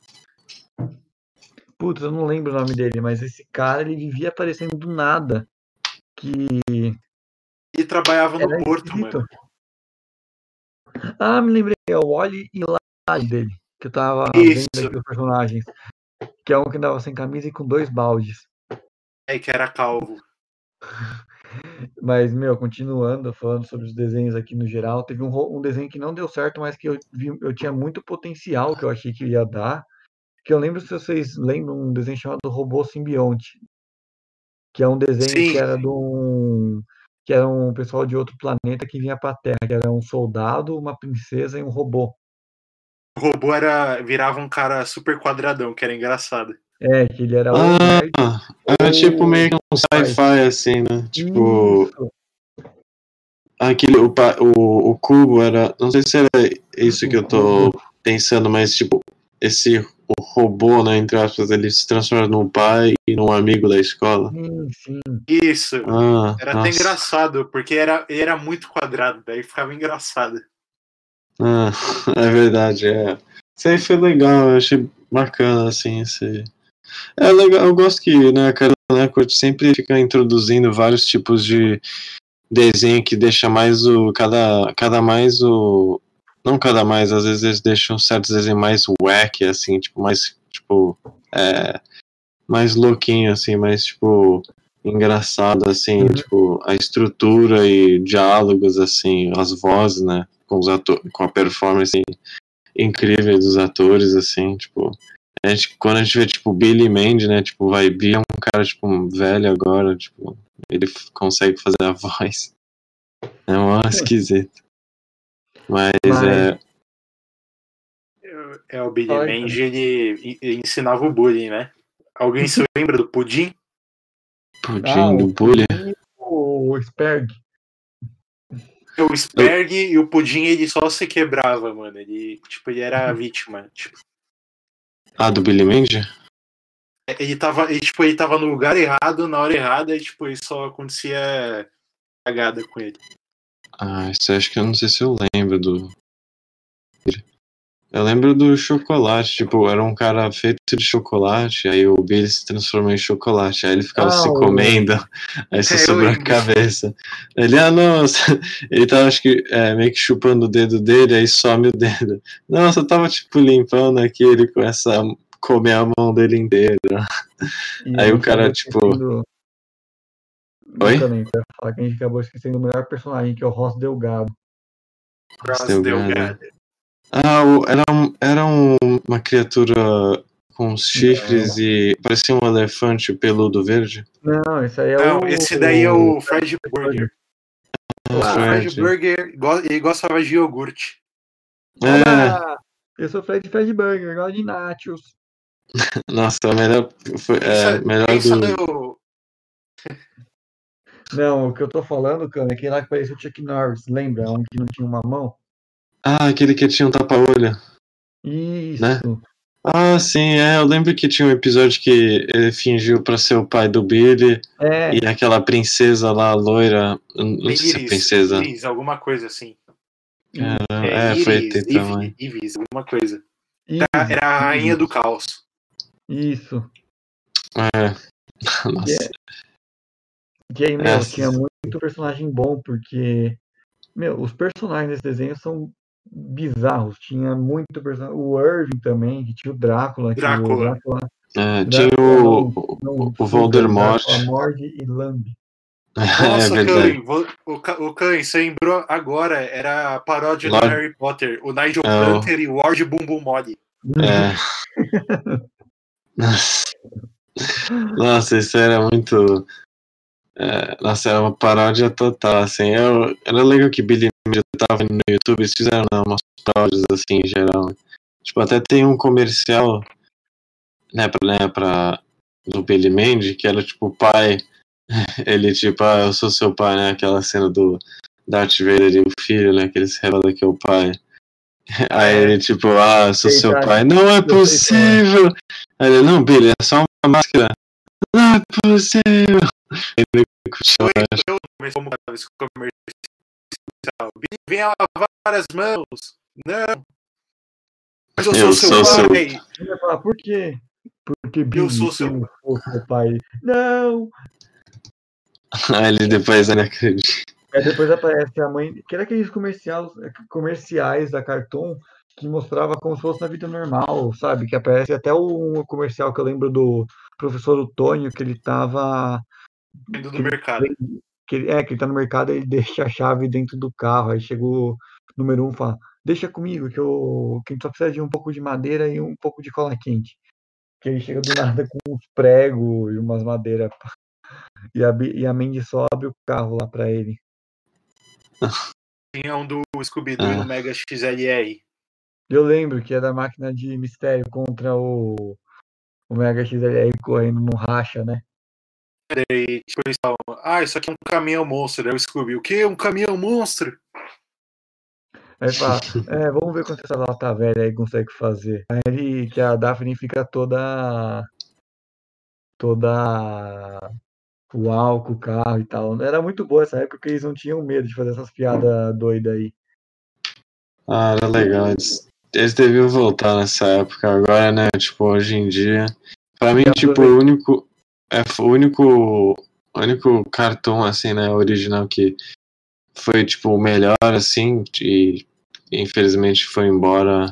Putz, eu não lembro o nome dele, mas esse cara, ele vivia aparecendo do nada. Que Ele trabalhava no era porto, esquisito. mano. Ah, me lembrei. É o Oli e Lali dele. Que eu tava Isso, vendo aqui os personagens. Que é um que andava sem camisa e com dois baldes. é que era calvo. Mas, meu, continuando, falando sobre os desenhos aqui no geral, teve um, ro- um desenho que não deu certo, mas que eu, vi, eu tinha muito potencial, que eu achei que ia dar. Que eu lembro se vocês lembram um desenho chamado Robô Simbionte. Que é um desenho que Sim, era de um. Que era um pessoal de outro planeta que vinha pra Terra, que era um soldado, uma princesa e um robô. o robô era, virava um cara super quadradão, que era engraçado. É, que ele era ou Ah, nerd era tipo ou meio que um pai. sci-fi, assim, né? Tipo, Isso, aquele, o, pa- o, o cubo era. Não sei se era isso que o eu tô cubo. pensando, mas tipo, esse o robô, né, entre aspas, ele se transforma num pai e num amigo da escola. Sim, sim. Isso, Ah, era até nossa. engraçado, porque era, ele era muito quadrado, daí ficava engraçado. Ah, é verdade, é. Isso aí foi legal, eu achei bacana, assim, esse. É legal, eu gosto que, né, a Cartoon Network sempre fica introduzindo vários tipos de desenho que deixa mais o. Cada, cada mais o. Não cada mais, às vezes eles deixam certos desenhos mais wack, assim, tipo, mais, tipo, é, mais louquinho, assim, mais, tipo, engraçado, assim, Uhum. tipo, a estrutura e diálogos, assim, as vozes, né, com os atores, com a performance incrível dos atores, assim, tipo, a gente, quando a gente vê, tipo, Billy Mandy, né, tipo, vai, Billy é um cara, tipo, um velho agora, tipo, ele f- consegue fazer a voz, é uma esquisito, mas, Mas, é, É, o Billy fala aí, cara. Mandy, ele, ele ensinava o bullying, né? Alguém se lembra do Pudim? Ah, pudim do o Bully, Pudim e o Sperg. O Sperg e o Pudim, ele só se quebrava, mano. Ele, tipo, ele era a vítima. Tipo, ah, do Billy Mandy? ele tava, ele, tipo, ele tava no lugar errado, na hora errada, e, tipo, isso só acontecia cagada com ele. Ah, isso eu acho que eu não sei se eu lembro do... Eu lembro do chocolate, tipo, era um cara feito de chocolate, aí o Billy se transformou em chocolate, aí ele ficava Ah, se o. comendo, aí só É, eu sobrou a lembro. cabeça. Ele, ah, nossa, ele tava, acho que, é, meio que chupando o dedo dele, aí some o dedo. Nossa, eu tava, tipo, limpando aqui, ele começa a comer a mão dele inteira. E a Aí o gente cara, acabou tipo, esquecendo. Não, oi? também, pra falar que a gente acabou esquecendo o melhor personagem, que é o Ross Delgado. Cross Delgado. Delgado. Ah, o- era, um- era um- uma criatura com chifres Não, e parecia um elefante peludo verde. não, esse aí é Não, o. esse daí é o Fred Burger. Burger. Ah, Olá, O Fred Fred. Burger, go- ele gostava de iogurte. É, olá! Eu sou Fred Fred Burger, gosto de nachos. nossa, a melhor, foi, é, Pensa, melhor pensa do. no. Não, o que eu tô falando, cara, é aquele lá que parecia o Chuck Norris, lembra? Um que não tinha uma mão? Ah, aquele que tinha um tapa-olho, né? Isso, Ah, sim, é. Eu lembro que tinha um episódio que ele fingiu pra ser o pai do Billy é, e aquela princesa lá, loira. eu Não sei se é Iris, princesa. Iris, alguma coisa assim. e- É, É, foi Iris, T também. Iv- Ivis, alguma coisa. Easy, Era a rainha Easy, do caos. isso. É. Nossa. Que aí, meu, Essa- tinha muito personagem bom, porque, meu, os personagens desse desenho são bizarros. Tinha muito personagem. O Irving também, que tinha o Drácula, que o Drácula. Drácula, é, tinha Drácula o, não, não o, o suga, Voldemort. Drácula morde e lambe. É Nossa, verdade. Cain, vo- o, Ca- o Cain, você lembrou agora, era a paródia Lord- do Harry Potter, o Nigel É, o- Hunter e o Lord Bumbum Mole. É. Nossa. Nossa, isso era muito. É, nossa, era uma paródia total, assim. Eu, era legal que Billy Mandy tava no YouTube, eles fizeram né, umas paródias assim em geral. Né? Tipo, até tem um comercial, né, pra, né, pra, do Billy Mandy, que era tipo o pai. Ele, tipo, ah, eu sou seu pai, né? Aquela cena do Darth Vader e o filho, né? Que ele se revela que é o pai. Aí É. ele, tipo, ah, eu sou Ele seu tá- pai. Não é eu sei qual é. possível! Aí ele, não, Billy, é só uma máscara. Não é possível! Ele continua. Eu, eu comecei como esse comercial. Billy, venha lavar as mãos. Não. Mas eu sou Eu seu sou seu- pai. Ele vai falar, por quê? Porque Billy, sou se seu- eu for seu pai. Não! Aí ele depois ele acredita. Aí depois aparece a mãe, que era aqueles comerciais, comerciais da Cartoon que mostrava como se fosse na vida normal, sabe? Que aparece até um comercial que eu lembro do professor Otônio, que ele tava. Indo do que ele- mercado. que ele- é, que ele tá no mercado e ele deixa a chave dentro do carro. Aí chegou o número um e fala: Deixa comigo, que eu que a gente só precisa de um pouco de madeira e um pouco de cola quente. Que ele chega do nada com uns pregos e umas madeiras. E a, Bi- e a Mandy só abre o carro lá pra ele. Tinha um do Scooby-Doo e Ah. no Mega X L R. Eu lembro que é da máquina de mistério contra o, o Mega X L R correndo no racha, né? E tipo, eles falam, ah, isso aqui é um caminhão monstro. Aí o Scooby, o quê? Um caminhão monstro? Aí fala, é, vamos ver quanto essa lata velha aí consegue fazer. Aí ele, que a Daphne fica toda. toda. uau com o carro e tal. Era muito boa essa época porque eles não tinham medo de fazer essas piadas doidas aí. Ah, era legal. Eles, eles deviam voltar nessa época. Agora, né? Tipo, hoje em dia. Pra mim, E tipo, aproveita- o único. É, o único. O único cartão, assim, né? Original que foi, tipo, o melhor, assim. E infelizmente foi embora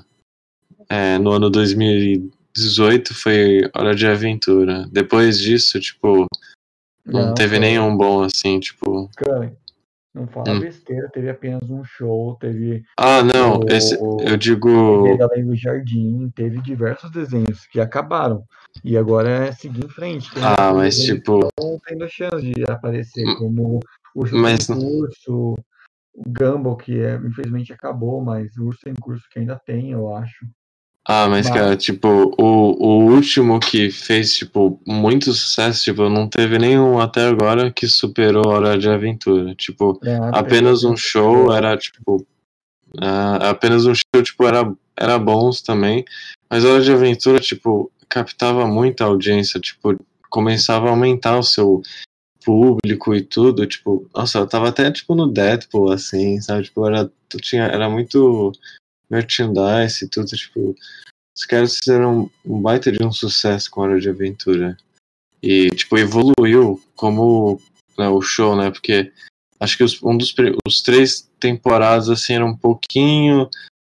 é, no ano dois mil e dezoito. Foi Hora de Aventura. Depois disso, tipo. Não, teve foi- nenhum bom, assim, tipo. Cara, não fala Hum. besteira, teve apenas um show, teve Ah, não. o, Esse, eu o digo. Além do Jardim, teve diversos desenhos que acabaram. E agora é seguir em frente. Tem Ah, outros mas desenhos tipo. que estão tendo chance de aparecer, Hum, como o Urso Mas Sem Curso, o Gumball, que é, infelizmente acabou, mas o Urso Sem Curso que ainda tem, eu acho. Ah, mas, Mas- cara, tipo, o, o último que fez, tipo, muito sucesso, tipo, não teve nenhum até agora que superou Hora de Aventura. Tipo, Ah, apenas teve- um show era, tipo, ah, apenas um show, tipo, era, era bons também, mas Hora de Aventura, tipo, captava muita audiência, tipo, começava a aumentar o seu público e tudo, tipo, nossa, eu tava até, tipo, no Deadpool, assim, sabe, tipo, era, tu tinha, era muito merchandise e tudo, tipo, os caras fizeram um baita de um sucesso com Hora de Aventura. E, tipo, evoluiu como né, o show, né? Porque acho que os, um dos os três temporadas, assim, era um pouquinho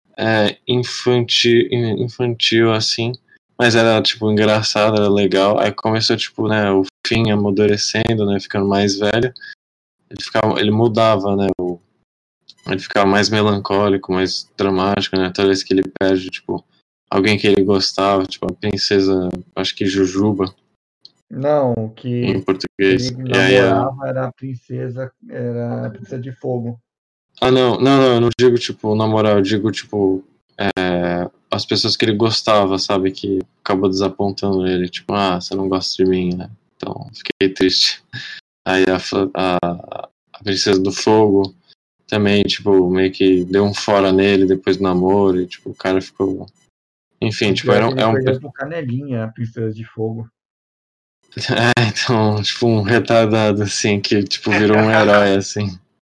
é, infantil, infantil, assim. Mas era, tipo, engraçado, era legal. Aí começou, tipo, né, o fim amadurecendo, né? Ficando mais velho. Ele, ficava, ele mudava, né? O, ele ficava mais melancólico, mais dramático, né? Toda vez que ele perde, tipo, alguém que ele gostava, tipo, a princesa, acho que Jujuba, Não, o que em português. ele E aí, a- namorava era a princesa, era a princesa de fogo. ah, não, não, não, eu não digo, tipo, na moral, eu digo, tipo, é, as pessoas que ele gostava, sabe, que acabou desapontando ele, tipo, ah, você não gosta de mim, né? Então, fiquei triste. Aí a, Fla- a, a princesa do fogo também, tipo, meio que deu um fora nele depois do namoro, e, tipo, o cara ficou... Enfim, O tipo, pior é era que um, ele é um, perdeu pro Canelinha, a princesa de fogo. é, então, tipo, um retardado, assim, que, tipo, virou um herói, assim.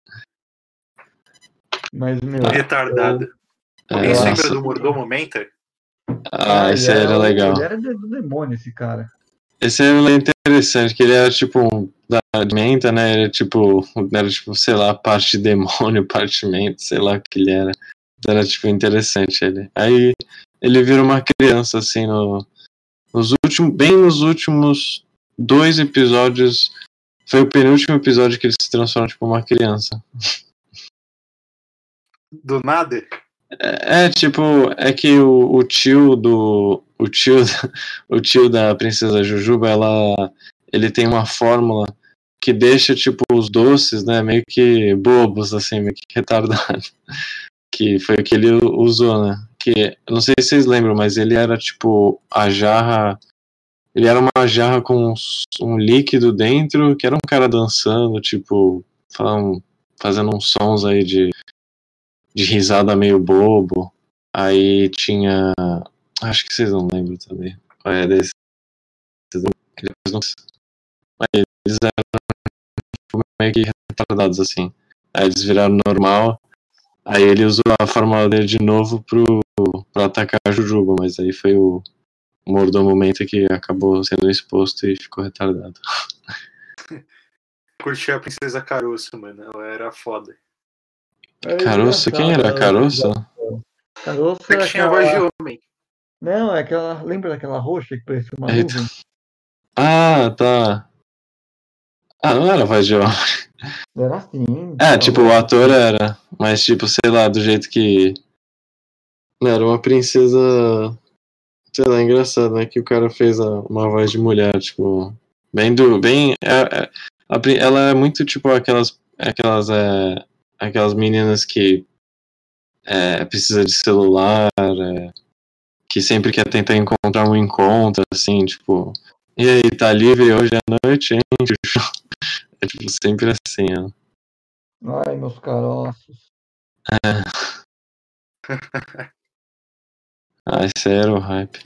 Mas, meu. Retardado. É, Alguém se lembra nossa. do Mordomo Menta? Ah, ele esse aí era o- legal. Ele era do demônio, esse cara. esse é interessante, que ele era tipo um da menta, né? Ele era tipo, era tipo, sei lá, parte demônio, parte menta, sei lá o que ele era. Era tipo interessante ele. Aí ele vira uma criança, assim, no, nos últimos, bem nos últimos dois episódios. Foi o penúltimo episódio que ele se transforma tipo uma criança. Do nada? É, é tipo, é que o, o tio do. O tio, o tio da princesa Jujuba, ela, ele tem uma fórmula que deixa, tipo, os doces, né, meio que bobos, assim, meio que retardados. Que foi o que ele usou, né? Que, eu não sei se vocês lembram, mas ele era, tipo, a jarra... Ele era uma jarra com um líquido dentro, que era um cara dançando, tipo, falando, fazendo uns sons aí de, de risada meio bobo. Aí tinha... Acho que vocês não lembram também. É, desse... Eles eram meio que retardados, assim. Aí eles viraram normal. Aí ele usou a fórmula dele de novo pro, pro atacar a Jujuba, mas aí foi o mordomo momento que acabou sendo exposto e ficou retardado. Curti a princesa Caroço, mano. Ela era foda. É Caroço? Quem era engraçado, Caroço? Caroço É é que tinha a voz de aquela. homem. Não, é aquela. Lembra daquela roxa que parecia uma Eita. nuvem? Ah, tá. Ah, não era voz de homem. Era assim. É, Aquela tipo, o roxa. ator era, mas tipo, sei lá, do jeito que... Não, era uma princesa... Sei lá, engraçado, né? Que o cara fez a- uma voz de mulher, tipo... Bem do... Bem... é- é- a pri- ela é muito, tipo, aquelas... Aquelas, é, aquelas meninas que... É, precisa de celular, é, que sempre quer tentar encontrar um encontro, assim, tipo... E aí, tá livre hoje à noite, hein? É, tipo, sempre assim, ó. Ai, meus caroços. Ah, esse era o hype.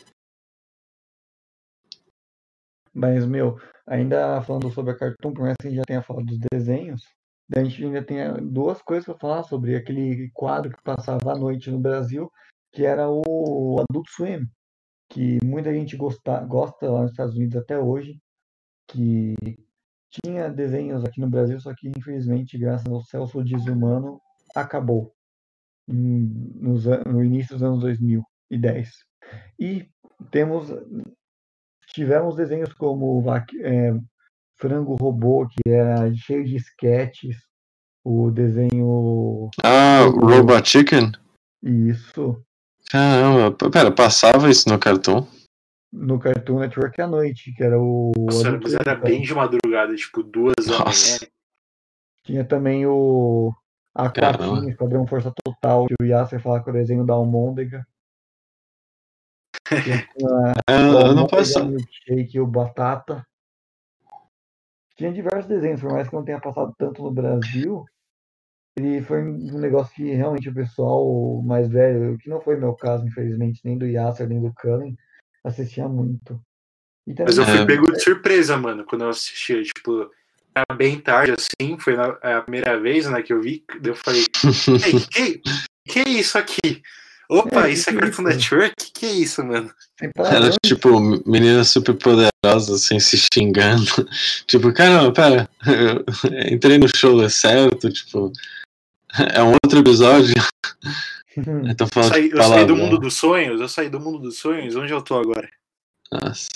Mas, meu, ainda falando sobre a Cartoon, por mais que a gente já tenha falado dos desenhos, a gente ainda tem duas coisas para falar sobre aquele quadro que passava à noite no Brasil, que era o Adult Swim, que muita gente gosta, gosta lá nos Estados Unidos até hoje, que tinha desenhos aqui no Brasil, só que infelizmente, graças ao Celso Desumano, acabou em- nos an- no início dos anos dois mil e dez. E temos, tivemos desenhos como Vaque- é, Frango Robô, que era cheio de sketches, o desenho Ah, do... Robot Chicken? Isso, Caramba, p- pera, passava isso no Cartoon? no Cartoon Network à noite, que era o Nossa, Adult mas Swim, era cara. bem de madrugada, tipo duas da manhã. Nossa, Tinha também o caramba. Aquatinho, Esquadrão Força Total, que o Yasser fala que é o desenho da Almôndega. Tinha É, o eu não Almôndega, o posso. Milkshake e o Batata. Tinha diversos desenhos, por mais que não tenha passado tanto no Brasil, ele foi um negócio que realmente o pessoal mais velho, que não foi meu caso, infelizmente, nem do Yasser, nem do Cullen, assistia muito. E Mas também eu fui É, pego de surpresa, mano, quando eu assistia. Tipo, era bem tarde, assim. Foi na, é a primeira vez, né, que eu vi. Daí eu falei, ei, que, que é isso aqui? Opa, é, que isso é que é Cartoon isso? Network? Que é isso, mano? Tem era palavrões? tipo meninas super poderosas, assim, se xingando. Tipo, caramba, pera, eu entrei no show, é certo? Tipo, é um outro episódio. Então Eu falando saí, tipo eu saí do mundo palavrão. dos sonhos, eu saí do mundo dos sonhos, onde eu tô agora? Nossa.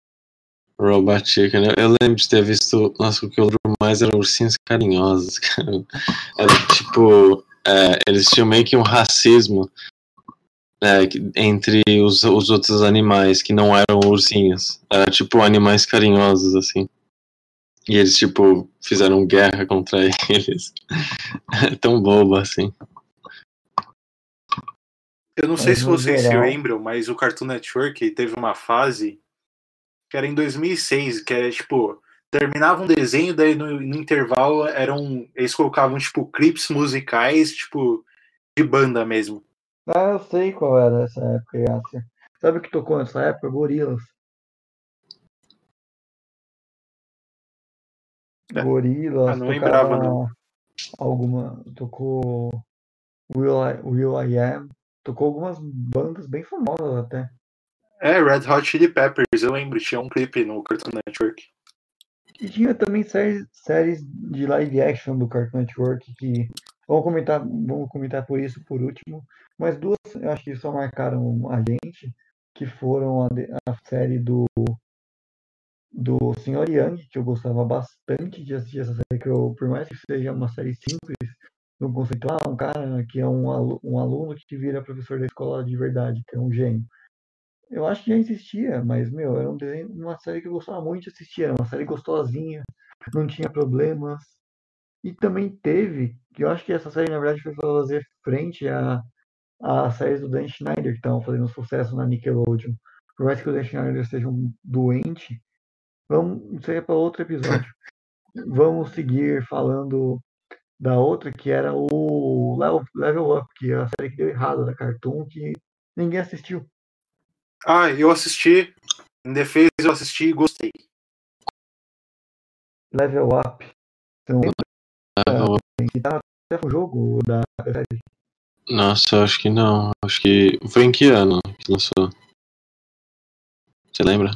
Robot Chicken. Eu, eu lembro de ter visto. Nossa, o que eu lembro mais eram ursinhos carinhosos, cara. Era tipo. É, eles tinham meio que um racismo é, que- entre os, os outros animais que não eram ursinhos. Era tipo animais carinhosos, assim. E eles, tipo, fizeram guerra contra eles. É tão bobo assim. Eu não sei Mas se no vocês se geral, lembram, mas o Cartoon Network teve uma fase que era em dois mil e seis, que era tipo, terminava um desenho, daí no, no intervalo eram, eles colocavam tipo clipes musicais, tipo, de banda mesmo. ah, eu sei qual era essa época, Yasser. Sabe o que tocou nessa época? Gorilas. Ah, Gorilas, não lembrava não. tocava alguma. Tocou Will I, Will I Am. Tocou algumas bandas bem famosas até. É, Red Hot Chili Peppers, eu lembro, tinha um clipe no Cartoon Network. E tinha também séries, séries de live action do Cartoon Network que vamos comentar, vamos comentar por isso por último, mas duas eu acho que só marcaram a gente, que foram a, a série do do senhor Yang, que eu gostava bastante de assistir essa série, que eu, por mais que seja uma série simples, no conceito, ah, um cara que é um aluno, um aluno que vira professor da escola de verdade, que é um gênio. Eu acho que já existia, mas, meu, era um desenho, uma série que eu gostava muito de assistir, era uma série gostosinha, não tinha problemas. E também teve, que eu acho que essa série, na verdade, foi fazer frente a, a séries do Dan Schneider, que estavam fazendo sucesso na Nickelodeon. Por mais que o Dan Schneider seja um doente, vamos, isso aí é para outro episódio. Vamos seguir falando da outra, que era o Level, Level Up, que é a série que deu errado da Cartoon, que ninguém assistiu. Ah, eu assisti, em defesa eu assisti e gostei. Level Up. Você não lembra? Que tá até o jogo da série. Nossa, eu acho que não. Acho que foi em que ano que lançou? Você lembra?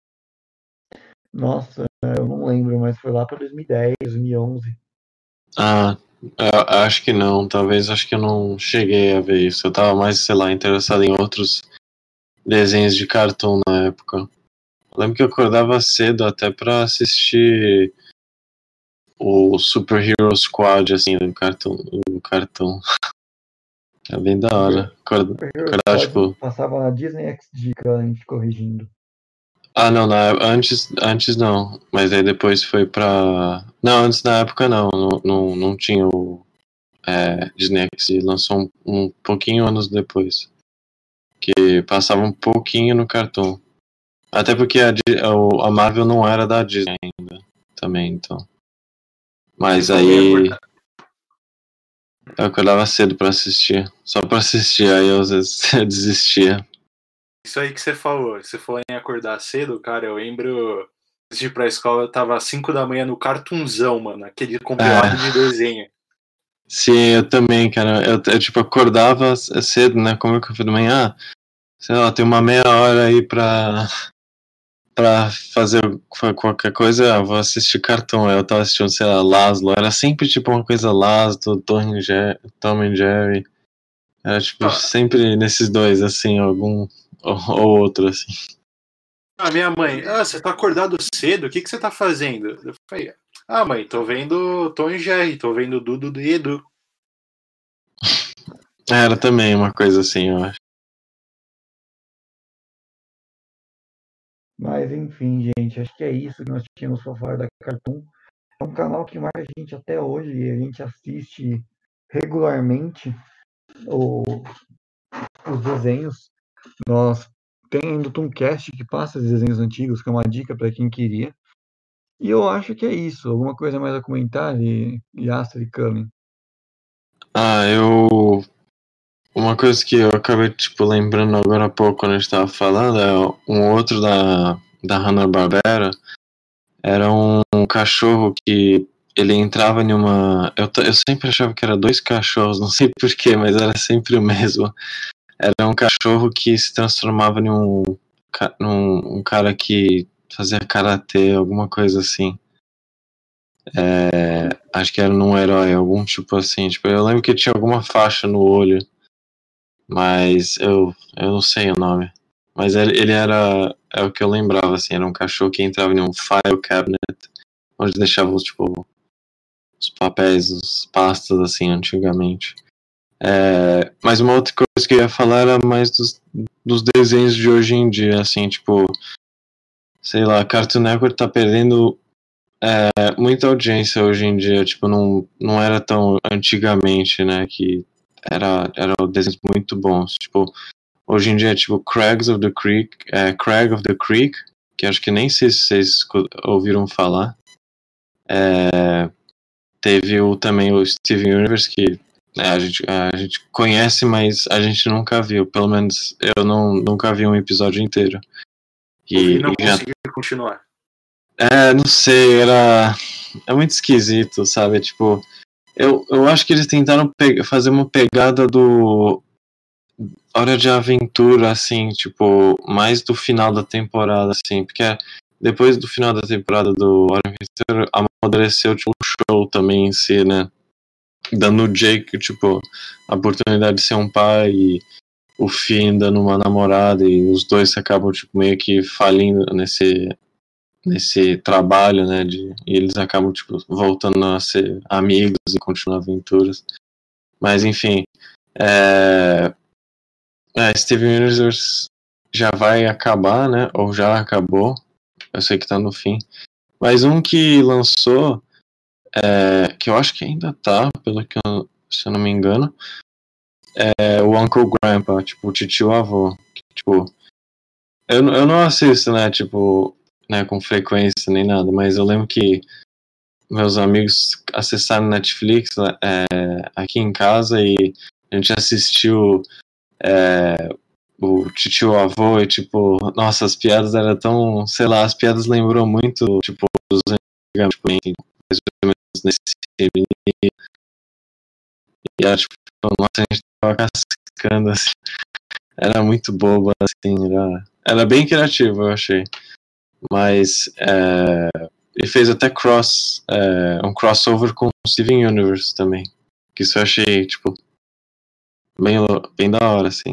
Nossa, eu não lembro, mas foi lá para dois mil e dez, dois mil e onze. Ah, eu acho que não. Talvez acho que eu não cheguei a ver isso. Eu tava mais, sei lá, interessado em outros desenhos de cartoon na época. Eu lembro que eu acordava cedo até pra assistir o Super Hero Squad, assim, do cartoon. Do cartoon. É bem da hora. Acorda, acordar, tipo... Passava na Disney X D, a gente corrigindo. Ah, não, na, antes, antes não. Mas aí depois foi pra... Não, antes na época não. Não, não, não tinha o é, Disney X D. Lançou um, um pouquinho anos depois. Que passava um pouquinho no cartoon. Até porque a, a Marvel não era da Disney ainda. Também, então. Mas Você aí... Eu acordava cedo pra assistir. Só pra assistir, aí eu às vezes desistia. Isso aí que você falou, você falou em acordar cedo, cara, eu lembro, antes de ir pra escola, eu tava às cinco da manhã no Cartoonzão, mano, aquele compilado É. de desenho. Sim, eu também, cara. Eu, eu tipo, acordava cedo, né? Como é que eu fui de manhã? Sei lá, tem uma meia hora aí pra, pra fazer qualquer coisa, ah, vou assistir cartoon. Aí eu tava assistindo, sei lá, Laszlo. Era sempre tipo uma coisa Laszlo, Tom e Jerry, Tom and Jerry. Era tipo Ah, sempre nesses dois, assim, algum ou, ou outro, assim. a minha mãe, ah, você tá acordado cedo? O que, que você tá fazendo? Eu falei, ah, mãe, tô vendo Tom e Jerry, tô vendo Dudu e Edu. Era também uma coisa assim, eu acho. Mas enfim, gente, acho que é isso que nós tínhamos para falar da Cartoon. É um canal que marca a gente até hoje e a gente assiste regularmente o, os desenhos. Nós tem ainda o Tooncast que passa os desenhos antigos, que é uma dica para quem queria. E eu acho que é isso. Alguma coisa mais a comentar, e, e Astrid e Cullen? Ah, eu... Uma coisa que eu acabei, tipo, lembrando agora há pouco, quando a gente tava falando, é um outro da, da Hanna-Barbera. Era um, um cachorro que ele entrava em uma... Eu, eu sempre achava que era dois cachorros, não sei porquê, mas era sempre o mesmo. Era um cachorro que se transformava em um, num, um cara que fazia karatê, alguma coisa assim. É, acho que era num herói, algum tipo assim. Tipo, eu lembro que tinha alguma faixa no olho, mas eu, eu não sei o nome. Mas ele, ele era, é o que eu lembrava, assim, era um cachorro que entrava em um file cabinet, onde deixava, tipo, os papéis, os pastas, assim, antigamente. É, mas uma outra coisa que eu ia falar era mais dos, dos desenhos de hoje em dia, assim, tipo, sei lá, Cartoon Network tá perdendo é, muita audiência hoje em dia, tipo, não, não era tão antigamente, né, que era, era desenhos muito bons, tipo, hoje em dia é tipo Crags of the Creek, é, Crag of the Creek, que acho que nem sei se vocês ouviram falar. É, teve o, também o Steven Universe, que é, a, gente, a gente conhece, mas a gente nunca viu. Pelo menos eu não, nunca vi um episódio inteiro. E, E, não e já... consegui continuar. É, não sei, era... É muito esquisito, sabe? Tipo, eu, eu acho que eles tentaram fazer uma pegada do... hora de aventura, assim, tipo, mais do final da temporada, assim, porque depois do final da temporada do Hora de Aventura, amadureceu, tipo, o show também em si, né? Dando o Jake, tipo, a oportunidade de ser um pai e o Finn dando uma namorada e os dois acabam, tipo, meio que falindo nesse, nesse trabalho, né? De, e eles acabam, tipo, voltando a ser amigos e continuar aventuras. Mas, enfim, é... É, Steven Universe já vai acabar, né? Ou já acabou. Eu sei que tá no fim. Mas um que lançou, é, que eu acho que ainda tá, pelo que eu, se eu não me engano, é o Uncle Grandpa, tipo, o titio avô. Que, tipo, eu, eu não assisto, né, tipo, né, com frequência nem nada, mas eu lembro que meus amigos acessaram Netflix é, aqui em casa e a gente assistiu é, o titio avô e, tipo, nossa, as piadas eram tão, sei lá, as piadas lembrou muito, tipo, os antigamente, tipo, mais ou menos nesse nível. E era, tipo, nossa, a gente tava cascando, assim, era muito boba, assim, era, era bem criativo, eu achei. Mas, é, ele fez até cross, é, um crossover com o Steven Universe também, que isso eu achei, tipo, bem, bem da hora, assim.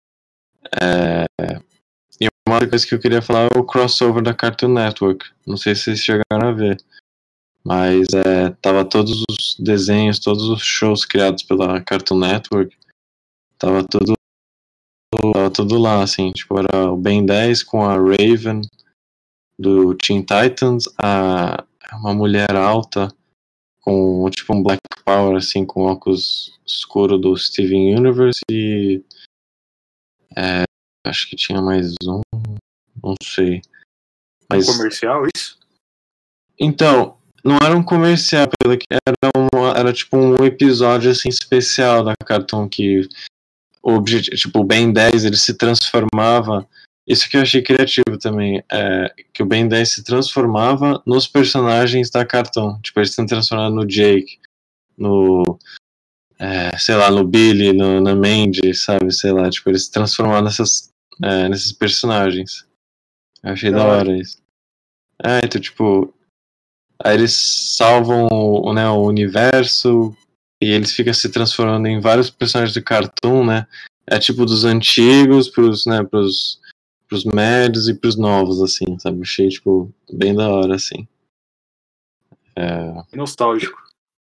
É, e uma outra coisa que eu queria falar é o crossover da Cartoon Network. Não sei se vocês chegaram a ver. Mas é, tava todos os desenhos, todos os shows criados pela Cartoon Network. Tava tudo, tava tudo lá, assim. Tipo, era o Ben dez com a Raven do Teen Titans. A, uma mulher alta com tipo um Black Power, assim, com óculos escuro do Steven Universe. E é, acho que tinha mais um. Não sei. Mas, um comercial, isso? então, não era um comercial, pelo que era, uma, era tipo um episódio assim especial da Cartoon que o objetivo, tipo, o Ben dez ele se transformava. Isso que eu achei criativo também, é que o Ben dez se transformava nos personagens da Cartoon. Tipo, ele se transformava no Jake, no é, sei lá, no Billy, no, na Mandy, sabe, sei lá, tipo, ele se transformava nessas, é, nesses personagens. Eu achei da hora isso. É, então, tipo, aí eles salvam o, né, o universo e eles ficam se transformando em vários personagens de cartoon, né? É tipo dos antigos pros, né, pros, pros médios e pros novos, assim, sabe? Achei, tipo, bem da hora, assim. É, Nostálgico.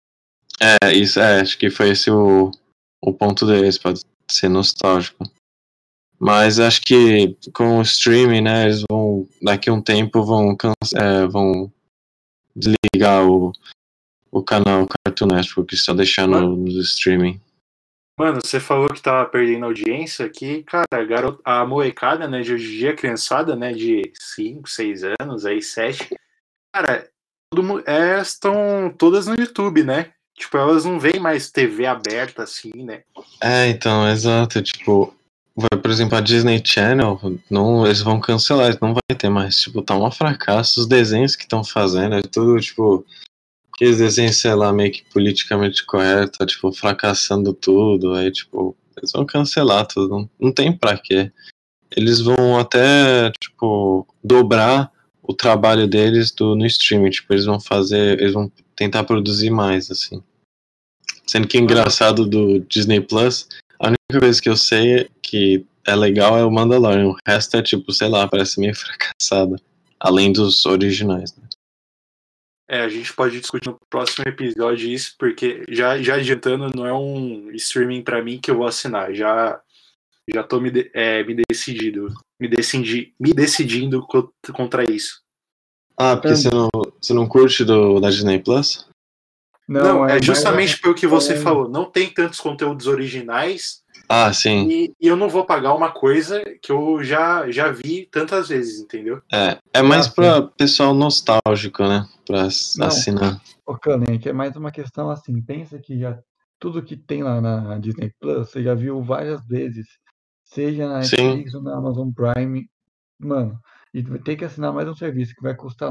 é isso, é, acho que foi esse o, o ponto deles, pode ser nostálgico. Mas acho que com o streaming, né, eles vão, daqui a um tempo, vão, canse- é, vão desligar o, o canal Cartoon Network, só deixar no, no streaming. Mano, você falou que tá perdendo audiência aqui, cara, a, garota, a molecada, né, de hoje em dia, a criançada, né, de cinco, seis anos, aí sete, cara, todo mundo, é, estão todas no YouTube, né? Tipo, elas não veem mais T V aberta assim, né? É, então, exato, tipo, vai, por exemplo, a Disney Channel, não, eles vão cancelar, eles não vai ter mais, tipo, tá um fracasso, os desenhos que estão fazendo, é tudo, tipo, aqueles desenhos, sei lá, meio que politicamente correto, tipo, fracassando tudo, aí, tipo, eles vão cancelar tudo, não, não tem pra quê. Eles vão até, tipo, dobrar o trabalho deles do, no streaming, tipo, eles vão fazer, eles vão tentar produzir mais, assim. Sendo que o engraçado do Disney Plus, a única coisa que eu sei que é legal é o Mandalorian, o resto é, tipo, sei lá, parece meio fracassado, além dos originais, né? É, a gente pode discutir no próximo episódio isso, porque já, já adiantando, não é um streaming pra mim que eu vou assinar. Já, já tô me, de, é, me decidido, me, decidi, me decidindo co- contra isso. Ah, porque você não, você não curte do, da Disney Plus? Não, Não, é é justamente mais pelo que você é, falou. Não tem tantos conteúdos originais Ah, sim. e, e eu não vou pagar uma coisa que eu já, já vi tantas vezes, entendeu? É, é mais ah, pra pessoal nostálgico, né? Pra ass- não, assinar. ô, Canente, é mais uma questão assim, pensa que já tudo que tem lá na Disney Plus, você já viu várias vezes, seja na Sim. Netflix ou na Amazon Prime, mano, e vai ter que assinar mais um serviço que vai custar